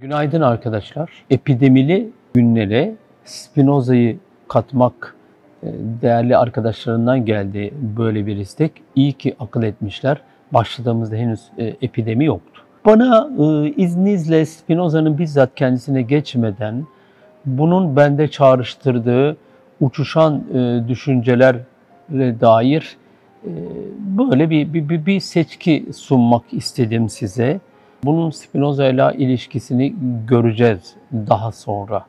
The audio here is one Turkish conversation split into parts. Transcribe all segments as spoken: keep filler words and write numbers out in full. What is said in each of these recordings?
Günaydın arkadaşlar. Epidemili günlere Spinoza'yı katmak e, değerli arkadaşlarından geldi böyle bir istek. İyi ki akıl etmişler. Başladığımızda henüz e, epidemi yoktu. Bana e, izninizle Spinoza'nın bizzat kendisine geçmeden bunun bende çağrıştırdığı uçuşan e, düşüncelere dair e, böyle bir, bir, bir seçki sunmak istedim size. Bunun Spinoza ile ilişkisini göreceğiz daha sonra.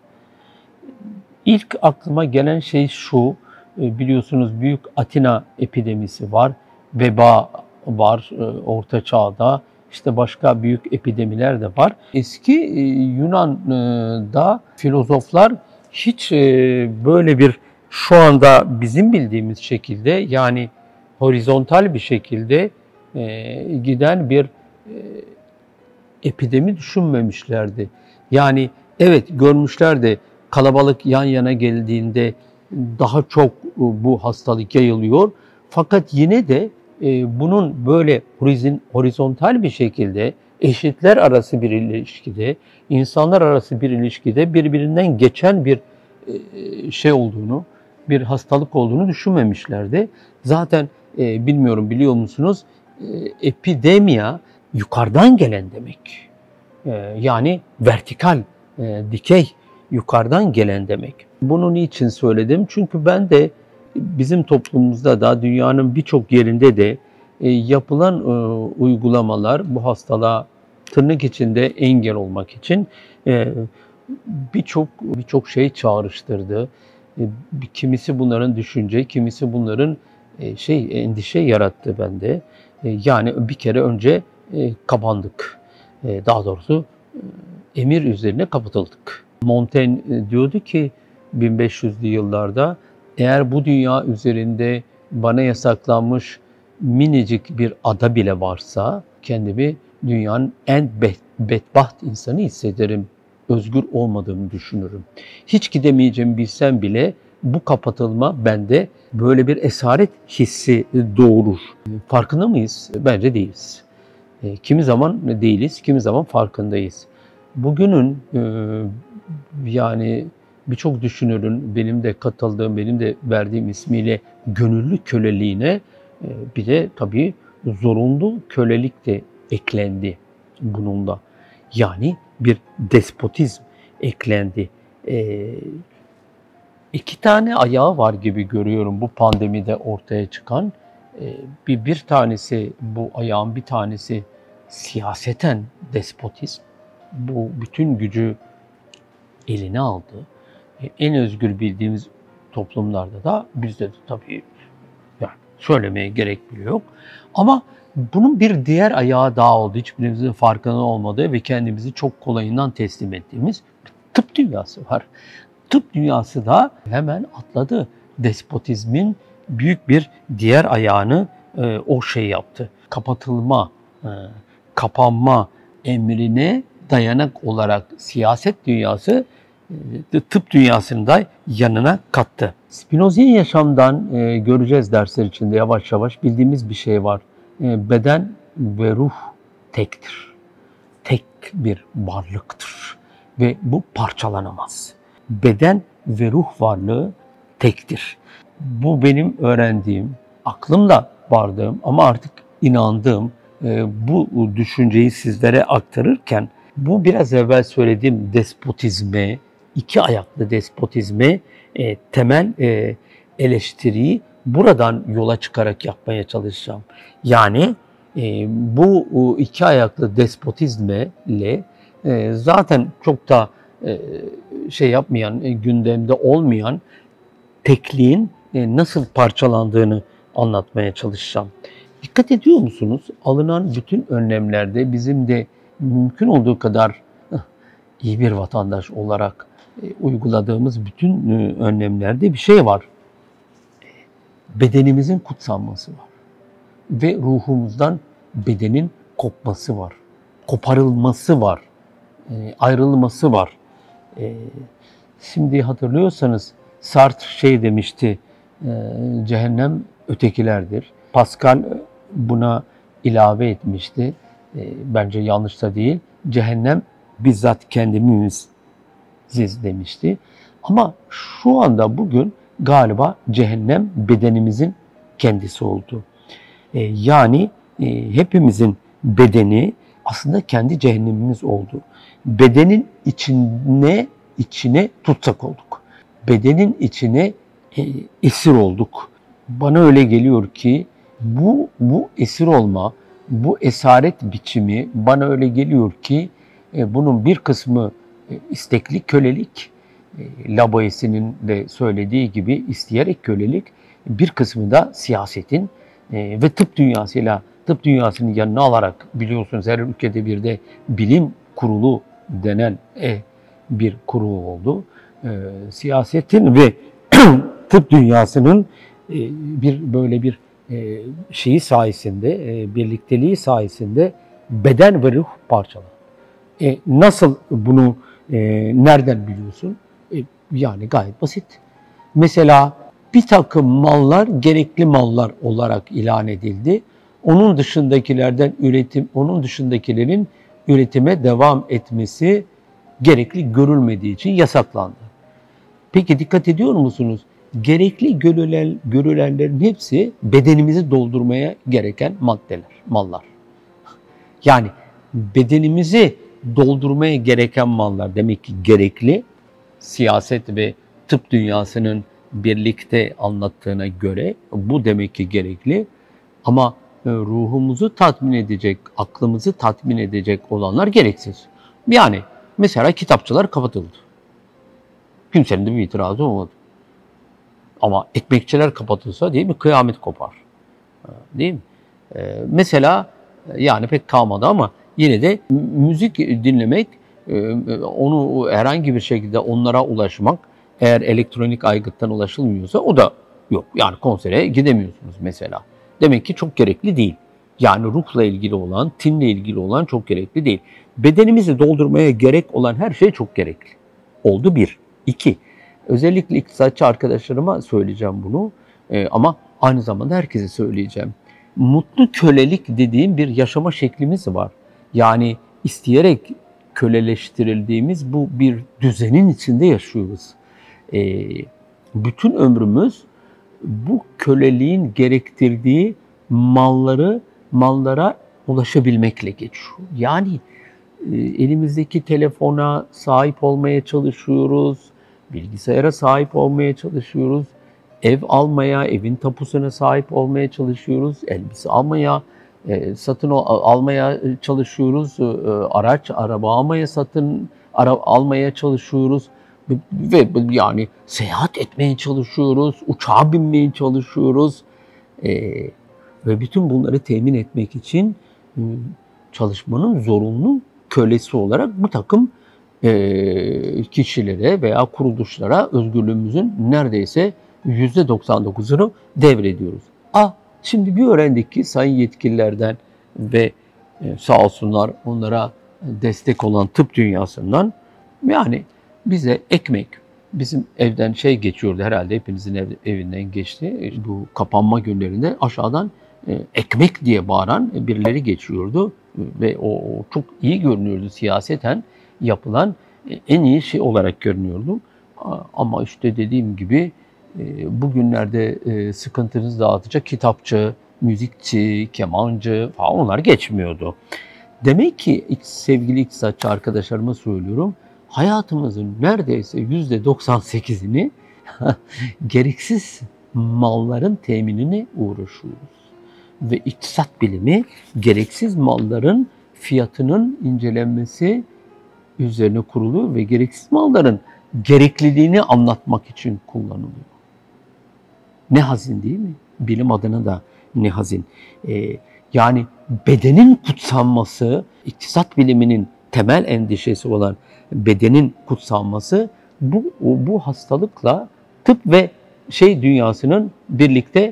İlk aklıma gelen şey şu, biliyorsunuz Büyük Atina epidemisi var, veba var Orta Çağ'da, işte başka büyük epidemiler de var. Eski Yunan'da filozoflar hiç böyle bir şu anda bizim bildiğimiz şekilde, yani horizontal bir şekilde giden bir epidemi düşünmemişlerdi. Yani evet görmüşlerdi, kalabalık yan yana geldiğinde daha çok bu hastalık yayılıyor. Fakat yine de bunun böyle horizontal bir şekilde, eşitler arası bir ilişkide, insanlar arası bir ilişkide birbirinden geçen bir şey olduğunu, bir hastalık olduğunu düşünmemişlerdi. Zaten bilmiyorum biliyor musunuz, epidemia yukarıdan gelen demek. Yani vertikal, dikey, yukarıdan gelen demek. Bunu niçin söyledim? Çünkü ben de bizim toplumumuzda da dünyanın birçok yerinde de yapılan uygulamalar bu hastalığa tırnak içinde engel olmak için birçok birçok şey çağrıştırdı. Kimisi bunların düşünce, kimisi bunların şey endişe yarattı bende. Yani bir kere önce kapandık. Daha doğrusu emir üzerine kapatıldık. Montaigne diyordu ki bin beş yüzlü yıllarda, eğer bu dünya üzerinde bana yasaklanmış minicik bir ada bile varsa kendimi dünyanın en bedbaht insanı hissederim. Özgür olmadığımı düşünürüm. Hiç gidemeyeceğimi bilsem bile bu kapatılma bende böyle bir esaret hissi doğurur. Farkında mıyız? Bence değiliz. Kimi zaman değiliz, kimi zaman farkındayız. Bugünün yani birçok düşünürün, benim de katıldığım, benim de verdiğim ismiyle gönüllü köleliğine bir de tabii zorunlu kölelik de eklendi bununla. Yani bir despotizm eklendi. İki tane ayağı var gibi görüyorum bu pandemide ortaya çıkan. Bir, bir tanesi, bu ayağın bir tanesi siyaseten despotizm. Bu bütün gücü eline aldı. En özgür bildiğimiz toplumlarda da bizde de tabii yani söylemeye gerek bile yok. Ama bunun bir diğer ayağı daha oldu. Hiçbirimizin farkında olmadığı ve kendimizi çok kolayından teslim ettiğimiz tıp dünyası var. Tıp dünyası da hemen atladı. Despotizmin büyük bir diğer ayağını e, o şey yaptı. Kapatılma, e, kapanma emrine dayanak olarak siyaset dünyası e, tıp dünyasını da yanına kattı. Spinoza'yı yaşamdan e, göreceğiz dersler içinde yavaş yavaş. Bildiğimiz bir şey var. E, beden ve ruh tektir. Tek bir varlıktır. Ve bu parçalanamaz. Beden ve ruh varlığı tektir. Bu benim öğrendiğim, aklımda vardığım ama artık inandığım bu düşünceyi sizlere aktarırken bu biraz evvel söylediğim despotizme, iki ayaklı despotizme temel eleştiriyi buradan yola çıkarak yapmaya çalışacağım. Yani bu iki ayaklı despotizmle zaten çok da şey yapmayan, gündemde olmayan tekliğin nasıl parçalandığını anlatmaya çalışacağım. Dikkat ediyor musunuz? Alınan bütün önlemlerde bizim de mümkün olduğu kadar iyi bir vatandaş olarak uyguladığımız bütün önlemlerde bir şey var. Bedenimizin kutsanması var. Ve ruhumuzdan bedenin kopması var. Koparılması var. Ayrılması var. Şimdi hatırlıyorsanız Sartre şey demişti, cehennem ötekilerdir. Pascal buna ilave etmişti, bence yanlış da değil, cehennem bizzat kendimiziz demişti. Ama şu anda bugün galiba cehennem bedenimizin kendisi oldu. E, yani e, hepimizin bedeni aslında kendi cehennemimiz oldu. Bedenin içine içine tutsak olduk. Bedenin içine e, esir olduk. Bana öyle geliyor ki bu bu esir olma, bu esaret biçimi bana öyle geliyor ki e, bunun bir kısmı e, istekli kölelik, e, Laboyesi'nin de söylediği gibi isteyerek kölelik, bir kısmı da siyasetin e, ve tıp dünyasıyla tıp dünyasının yanına alarak, biliyorsunuz her ülkede bir de bilim kurulu denen e, bir kurulu oldu. E, siyasetin ve tıp dünyasının e, bir böyle bir e, şeyi sayesinde, e, birlikteliği sayesinde beden ve ruh parçalandı. E, nasıl bunu e, nereden biliyorsun? E, yani gayet basit. Mesela bir takım mallar gerekli mallar olarak ilan edildi. Onun dışındakilerden üretim, onun dışındakilerin üretime devam etmesi gerekli görülmediği için yasaklandı. Peki dikkat ediyor musunuz? Gerekli görülen, görülenlerin hepsi bedenimizi doldurmaya gereken maddeler, mallar. Yani bedenimizi doldurmaya gereken mallar demek ki gerekli. Siyaset ve tıp dünyasının birlikte anlattığına göre bu demek ki gerekli. Ama ruhumuzu tatmin edecek, aklımızı tatmin edecek olanlar gereksiz. Yani mesela kitapçılar kapatıldı. Kimsenin de bir itirazı olmadı. Ama ekmekçiler kapatılsa değil mi kıyamet kopar. Değil mi? Ee, mesela yani pek kalmadı ama yine de müzik dinlemek, onu herhangi bir şekilde onlara ulaşmak, eğer elektronik aygıttan ulaşılmıyorsa o da yok. Yani konsere gidemiyorsunuz mesela. Demek ki çok gerekli değil. Yani ruhla ilgili olan, tinle ilgili olan çok gerekli değil. Bedenimizi doldurmaya gerek olan her şey çok gerekli. Oldu bir. İki. Özellikle iktisatçı arkadaşlarıma söyleyeceğim bunu. Ee, ama aynı zamanda herkese söyleyeceğim. Mutlu kölelik dediğim bir yaşama şeklimiz var. Yani isteyerek köleleştirildiğimiz bu bir düzenin içinde yaşıyoruz. Ee, bütün ömrümüz bu köleliğin gerektirdiği malları, mallara ulaşabilmekle geçiyor. Yani e, elimizdeki telefona sahip olmaya çalışıyoruz, bilgisayara sahip olmaya çalışıyoruz, ev almaya, evin tapusuna sahip olmaya çalışıyoruz, elbise almaya, e, satın almaya çalışıyoruz, e, araç, araba almaya, satın ara, almaya çalışıyoruz. Ve yani seyahat etmeye çalışıyoruz, uçağa binmeye çalışıyoruz. Ee, ve bütün bunları temin etmek için e, çalışmanın zorunlu kölesi olarak bu takım e, kişilere veya kuruluşlara özgürlüğümüzün neredeyse yüzde doksan dokuzunu devrediyoruz. Ah, şimdi bir öğrendik ki sayın yetkililerden ve e, sağ olsunlar onlara destek olan tıp dünyasından, yani bize ekmek, bizim evden şey geçiyordu herhalde, hepinizin ev, evinden geçti. Bu kapanma günlerinde aşağıdan e, ekmek diye bağıran birileri geçiyordu. Ve o, o çok iyi görünüyordu, siyaseten yapılan e, en iyi şey olarak görünüyordu. Ama işte dediğim gibi e, bugünlerde e, sıkıntınızı dağıtacak kitapçı, müzikçi, kemancı falan onlar geçmiyordu. Demek ki sevgili iktisatçı arkadaşlarıma söylüyorum, hayatımızın neredeyse yüzde doksan sekizini gereksiz malların teminine uğraşıyoruz. Ve iktisat bilimi gereksiz malların fiyatının incelenmesi üzerine kuruluyor ve gereksiz malların gerekliliğini anlatmak için kullanılıyor. Ne hazin değil mi? Bilim adına da ne hazin. Ee, yani bedenin kutsanması, iktisat biliminin temel endişesi olan bedenin kutsanması, bu bu hastalıkla tıp ve şey dünyasının birlikte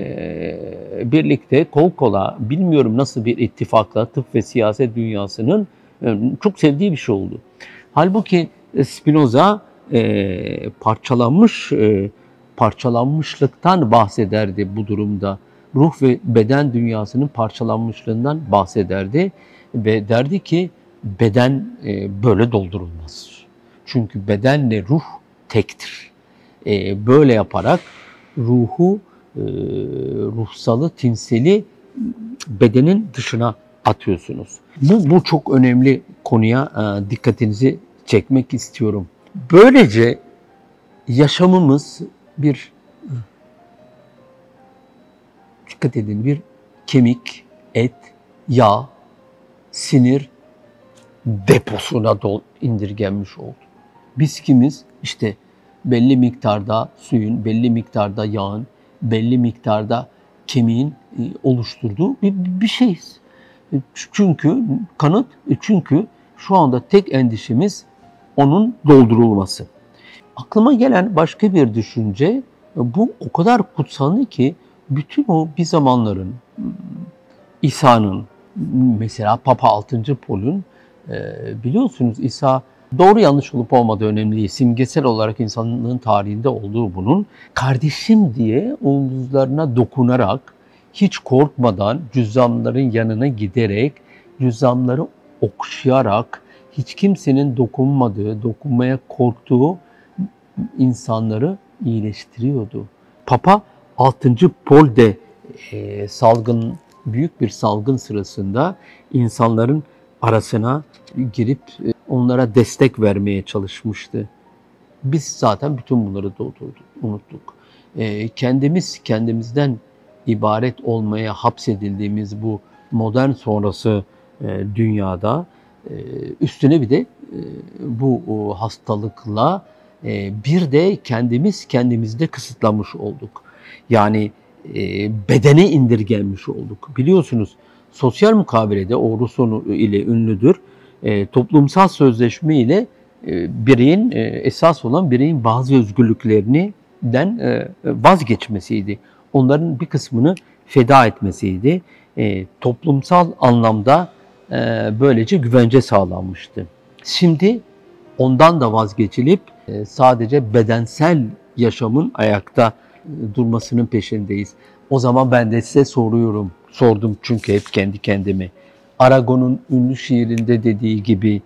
e, birlikte kol kola, bilmiyorum nasıl bir ittifakla tıp ve siyaset dünyasının e, çok sevdiği bir şey oldu. Halbuki Spinoza e, parçalanmış e, parçalanmışlıktan bahsederdi bu durumda. Ruh ve beden dünyasının parçalanmışlığından bahsederdi ve derdi ki Beden e, böyle doldurulmaz. Çünkü bedenle ruh tektir. E, böyle yaparak ruhu, e, ruhsalı, tinseli bedenin dışına atıyorsunuz. Bu, bu çok önemli konuya e, dikkatinizi çekmek istiyorum. Böylece yaşamımız bir, dikkat edin, bir kemik, et, yağ, sinir deposuna dol indirgenmiş oldu. Biz kimiz? İşte belli miktarda suyun, belli miktarda yağın, belli miktarda kemiğin oluşturduğu bir, bir şeyiz. Çünkü kanıt, çünkü şu anda tek endişemiz onun doldurulması. Aklıma gelen başka bir düşünce, bu o kadar kutsanlı ki bütün o bir zamanların İsa'nın, mesela Papa altıncı Pol'ün, biliyorsunuz İsa doğru yanlış olup olmadığı önemli değil. Simgesel olarak insanlığın tarihinde olduğu bunun, kardeşim diye omuzlarına dokunarak, hiç korkmadan cüzzamların yanına giderek, cüzzamları okşayarak, hiç kimsenin dokunmadığı, dokunmaya korktuğu insanları iyileştiriyordu. Papa altıncı Pol de e, salgın, büyük bir salgın sırasında insanların arasına girip e, onlara destek vermeye çalışmıştı. Biz zaten bütün bunları doldurduk, unuttuk. E, kendimiz kendimizden ibaret olmaya hapsedildiğimiz bu modern sonrası e, dünyada e, üstüne bir de e, bu o, hastalıkla e, bir de kendimiz kendimizde kısıtlamış olduk. Yani e, bedene indirgenmiş olduk. Biliyorsunuz sosyal mukabelede, o Rousseau ile ünlüdür, e, toplumsal sözleşme ile e, bireyin e, esas olan bireyin bazı özgürlüklerinden e, vazgeçmesiydi. Onların bir kısmını feda etmesiydi. E, toplumsal anlamda e, böylece güvence sağlanmıştı. Şimdi ondan da vazgeçilip e, sadece bedensel yaşamın ayakta e, durmasının peşindeyiz. O zaman ben de size soruyorum, sordum çünkü hep kendi kendime. Aragon'un ünlü şiirinde dediği gibi,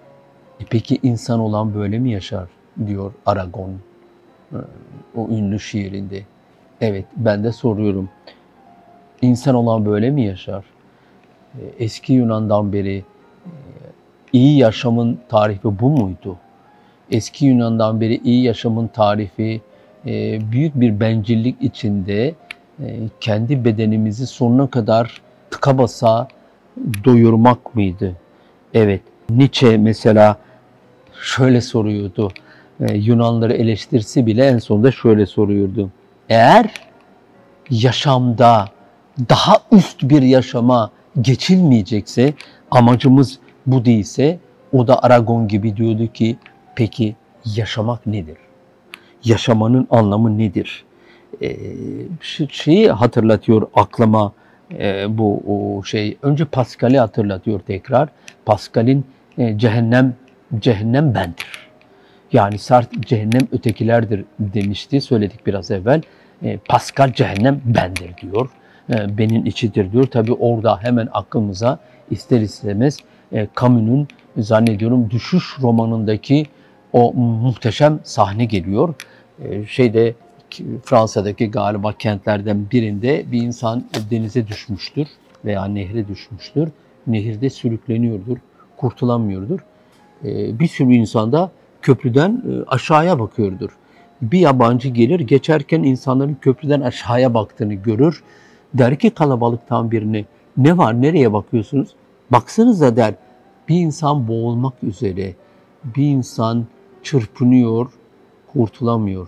e peki insan olan böyle mi yaşar diyor Aragon o ünlü şiirinde. Evet, ben de soruyorum. İnsan olan böyle mi yaşar? Eski Yunan'dan beri iyi yaşamın tarifi bu muydu? Eski Yunan'dan beri iyi yaşamın tarifi büyük bir bencillik içinde kendi bedenimizi sonuna kadar tıka basa doyurmak mıydı? Evet, Nietzsche mesela şöyle soruyordu. Yunanları eleştirisi bile en sonunda şöyle soruyordu. Eğer yaşamda daha üst bir yaşama geçilmeyecekse, amacımız bu değilse, o da Aragon gibi diyordu ki, peki yaşamak nedir? Yaşamanın anlamı nedir? Ee, şeyi hatırlatıyor aklıma e, bu o şey. Önce Pascal'i hatırlatıyor tekrar. Pascal'in e, cehennem cehennem bendir. Yani Sartre cehennem ötekilerdir demişti, söyledik biraz evvel. E, Pascal cehennem bendir diyor. E, benim içidir diyor. Tabii orada hemen aklımıza ister istemez e, Camus'un zannediyorum Düşüş romanındaki o muhteşem sahne geliyor. E, şeyde Fransa'daki galiba kentlerden birinde bir insan denize düşmüştür veya nehre düşmüştür. Nehirde sürükleniyordur, kurtulamıyordur. E, bir sürü insan da köprüden aşağıya bakıyordur. Bir yabancı gelir, geçerken insanların köprüden aşağıya baktığını görür. Der ki kalabalıktan birine, ne var, nereye bakıyorsunuz? Baksanıza der, bir insan boğulmak üzere, bir insan çırpınıyor, kurtulamıyor.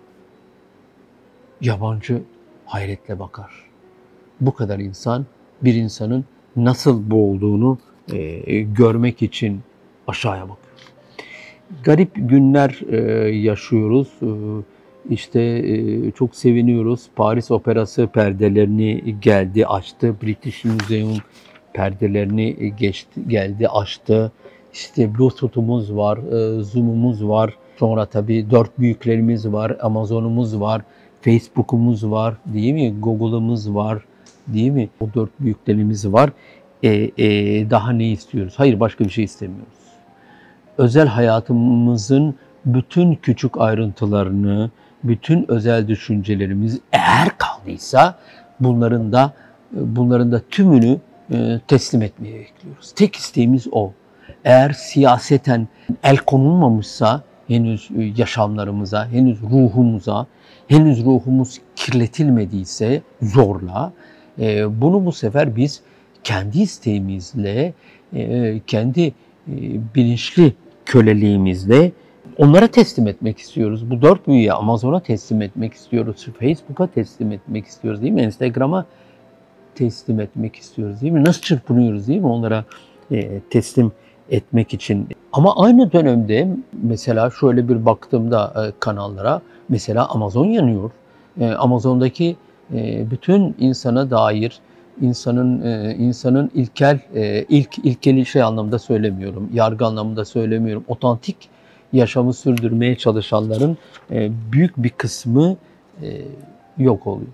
Yabancı hayretle bakar. Bu kadar insan bir insanın nasıl boğulduğunu e, görmek için aşağıya bakıyor. Garip günler e, yaşıyoruz. E, işte e, çok seviniyoruz. Paris Operası perdelerini geldi, açtı. British Museum perdelerini geçti, geldi, açtı. İşte Bluetooth'umuz var, e, Zoom'umuz var. Sonra tabii dört büyüklerimiz var, Amazon'umuz var, Facebook'umuz var, değil mi? Google'ımız var, değil mi? O dört büyüklerimiz var. E, e, daha ne istiyoruz? Hayır, başka bir şey istemiyoruz. Özel hayatımızın bütün küçük ayrıntılarını, bütün özel düşüncelerimiz eğer kaldıysa bunların da bunların da tümünü e, teslim etmeye bekliyoruz. Tek isteğimiz o. Eğer siyaseten el konulmamışsa henüz yaşamlarımıza, henüz ruhumuza, henüz ruhumuz kirletilmediyse zorla, e, bunu bu sefer biz kendi isteğimizle, e, kendi e, bilinçli köleliğimizle onlara teslim etmek istiyoruz. Bu dört büyüye, Amazon'a teslim etmek istiyoruz. Facebook'a teslim etmek istiyoruz değil mi? Instagram'a teslim etmek istiyoruz değil mi? Nasıl çırpınıyoruz değil mi? Onlara e, teslim etmek için. Ama aynı dönemde mesela şöyle bir baktığımda e, kanallara, mesela Amazon yanıyor. E, Amazon'daki e, bütün insana dair, insanın e, insanın ilkel, e, ilk ilkeli şey anlamda söylemiyorum, yargı anlamında söylemiyorum. Otantik yaşamı sürdürmeye çalışanların e, büyük bir kısmı e, yok oluyor.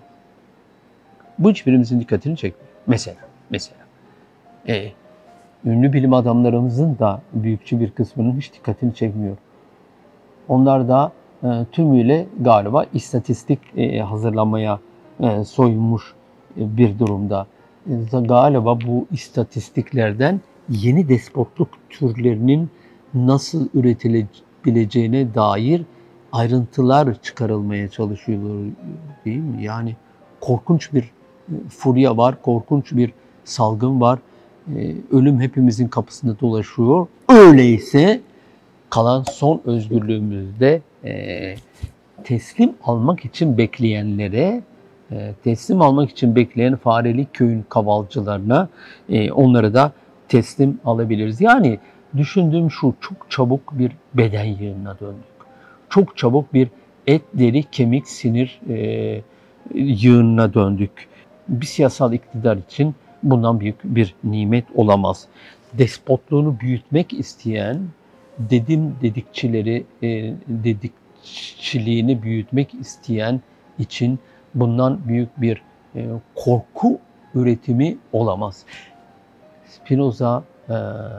Bu hiçbirimizin dikkatini çekmiyor. Mesela, mesela. E, ünlü bilim adamlarımızın da büyükçe bir kısmının hiç dikkatini çekmiyor. Onlar da e, tümüyle galiba istatistik e, hazırlamaya e, soyunmuş e, bir durumda. E, galiba bu istatistiklerden yeni despotluk türlerinin nasıl üretilebileceğine dair ayrıntılar çıkarılmaya çalışıyorlar değil mi? Yani korkunç bir furya var, korkunç bir salgın var. Ee, ölüm hepimizin kapısında dolaşıyor. Öyleyse kalan son özgürlüğümüzde e, teslim almak için bekleyenlere, e, teslim almak için bekleyen fareli köyün kavalcılarına e, onları da teslim alabiliriz. Yani düşündüğüm şu, çok çabuk bir beden yığınına döndük. Çok çabuk bir et, deri, kemik, sinir e, yığınına döndük. Bir siyasal iktidar için bundan büyük bir nimet olamaz. Despotluğunu büyütmek isteyen, dedim dedikçileri, e, dedikçiliğini büyütmek isteyen için bundan büyük bir e, korku üretimi olamaz. Spinoza e,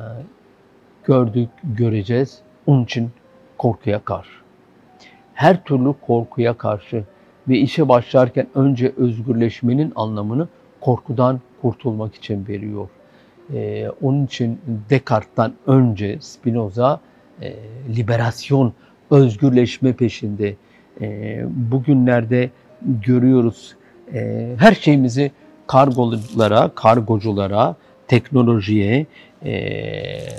gördük, göreceğiz. Onun için korkuya karşı. Her türlü korkuya karşı ve işe başlarken önce özgürleşmenin anlamını korkudan kurtulmak için veriyor. Ee, onun için Descartes'tan önce Spinoza e, liberasyon, özgürleşme peşinde. E, bugünlerde görüyoruz e, her şeyimizi kargolara, kargoculara, teknolojiye e,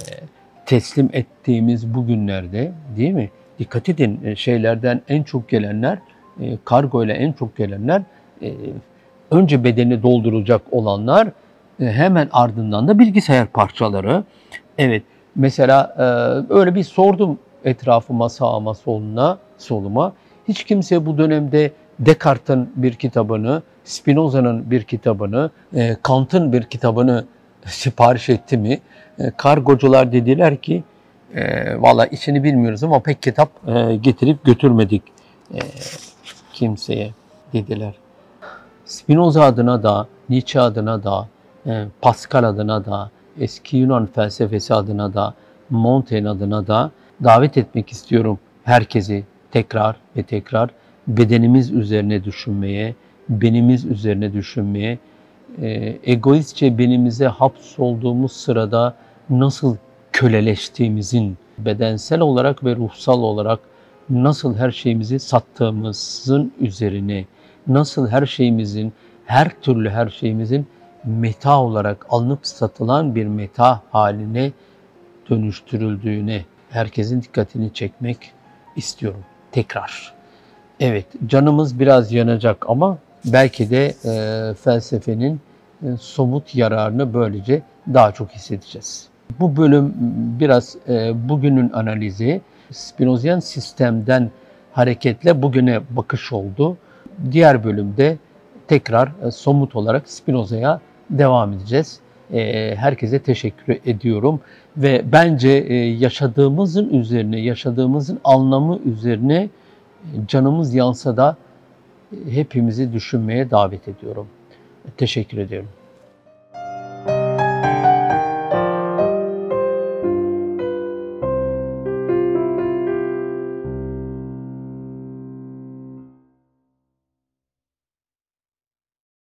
teslim ettiğimiz bugünlerde değil mi? Dikkat edin, şeylerden en çok gelenler, e, kargo ile en çok gelenler, e, önce bedeni doldurulacak olanlar, e, hemen ardından da bilgisayar parçaları. Evet, mesela e, öyle bir sordum etrafıma, sağıma, soluna, soluma. Hiç kimse bu dönemde Descartes'in bir kitabını, Spinoza'nın bir kitabını, e, Kant'ın bir kitabını sipariş etti mi? E, kargocular dediler ki, E, Valla içini bilmiyoruz ama pek kitap e, getirip götürmedik e, kimseye dediler. Spinoza adına da, Nietzsche adına da, e, Pascal adına da, eski Yunan felsefesi adına da, Montaigne adına da davet etmek istiyorum herkesi tekrar ve tekrar bedenimiz üzerine düşünmeye, benimiz üzerine düşünmeye, e, egoistçe benimize hapsolduğumuz sırada nasıl köleleştiğimizin, bedensel olarak ve ruhsal olarak nasıl her şeyimizi sattığımızın üzerine, nasıl her şeyimizin, her türlü her şeyimizin meta olarak alınıp satılan bir meta haline dönüştürüldüğüne herkesin dikkatini çekmek istiyorum tekrar. Evet, canımız biraz yanacak ama belki de e, felsefenin e, somut yararını böylece daha çok hissedeceğiz. Bu bölüm biraz e, bugünün analizi, Spinozian sistemden hareketle bugüne bakış oldu. Diğer bölümde tekrar e, somut olarak Spinoza'ya devam edeceğiz. E, herkese teşekkür ediyorum ve bence e, yaşadığımızın üzerine, yaşadığımızın anlamı üzerine e, canımız yansa da e, hepimizi düşünmeye davet ediyorum. Teşekkür ediyorum.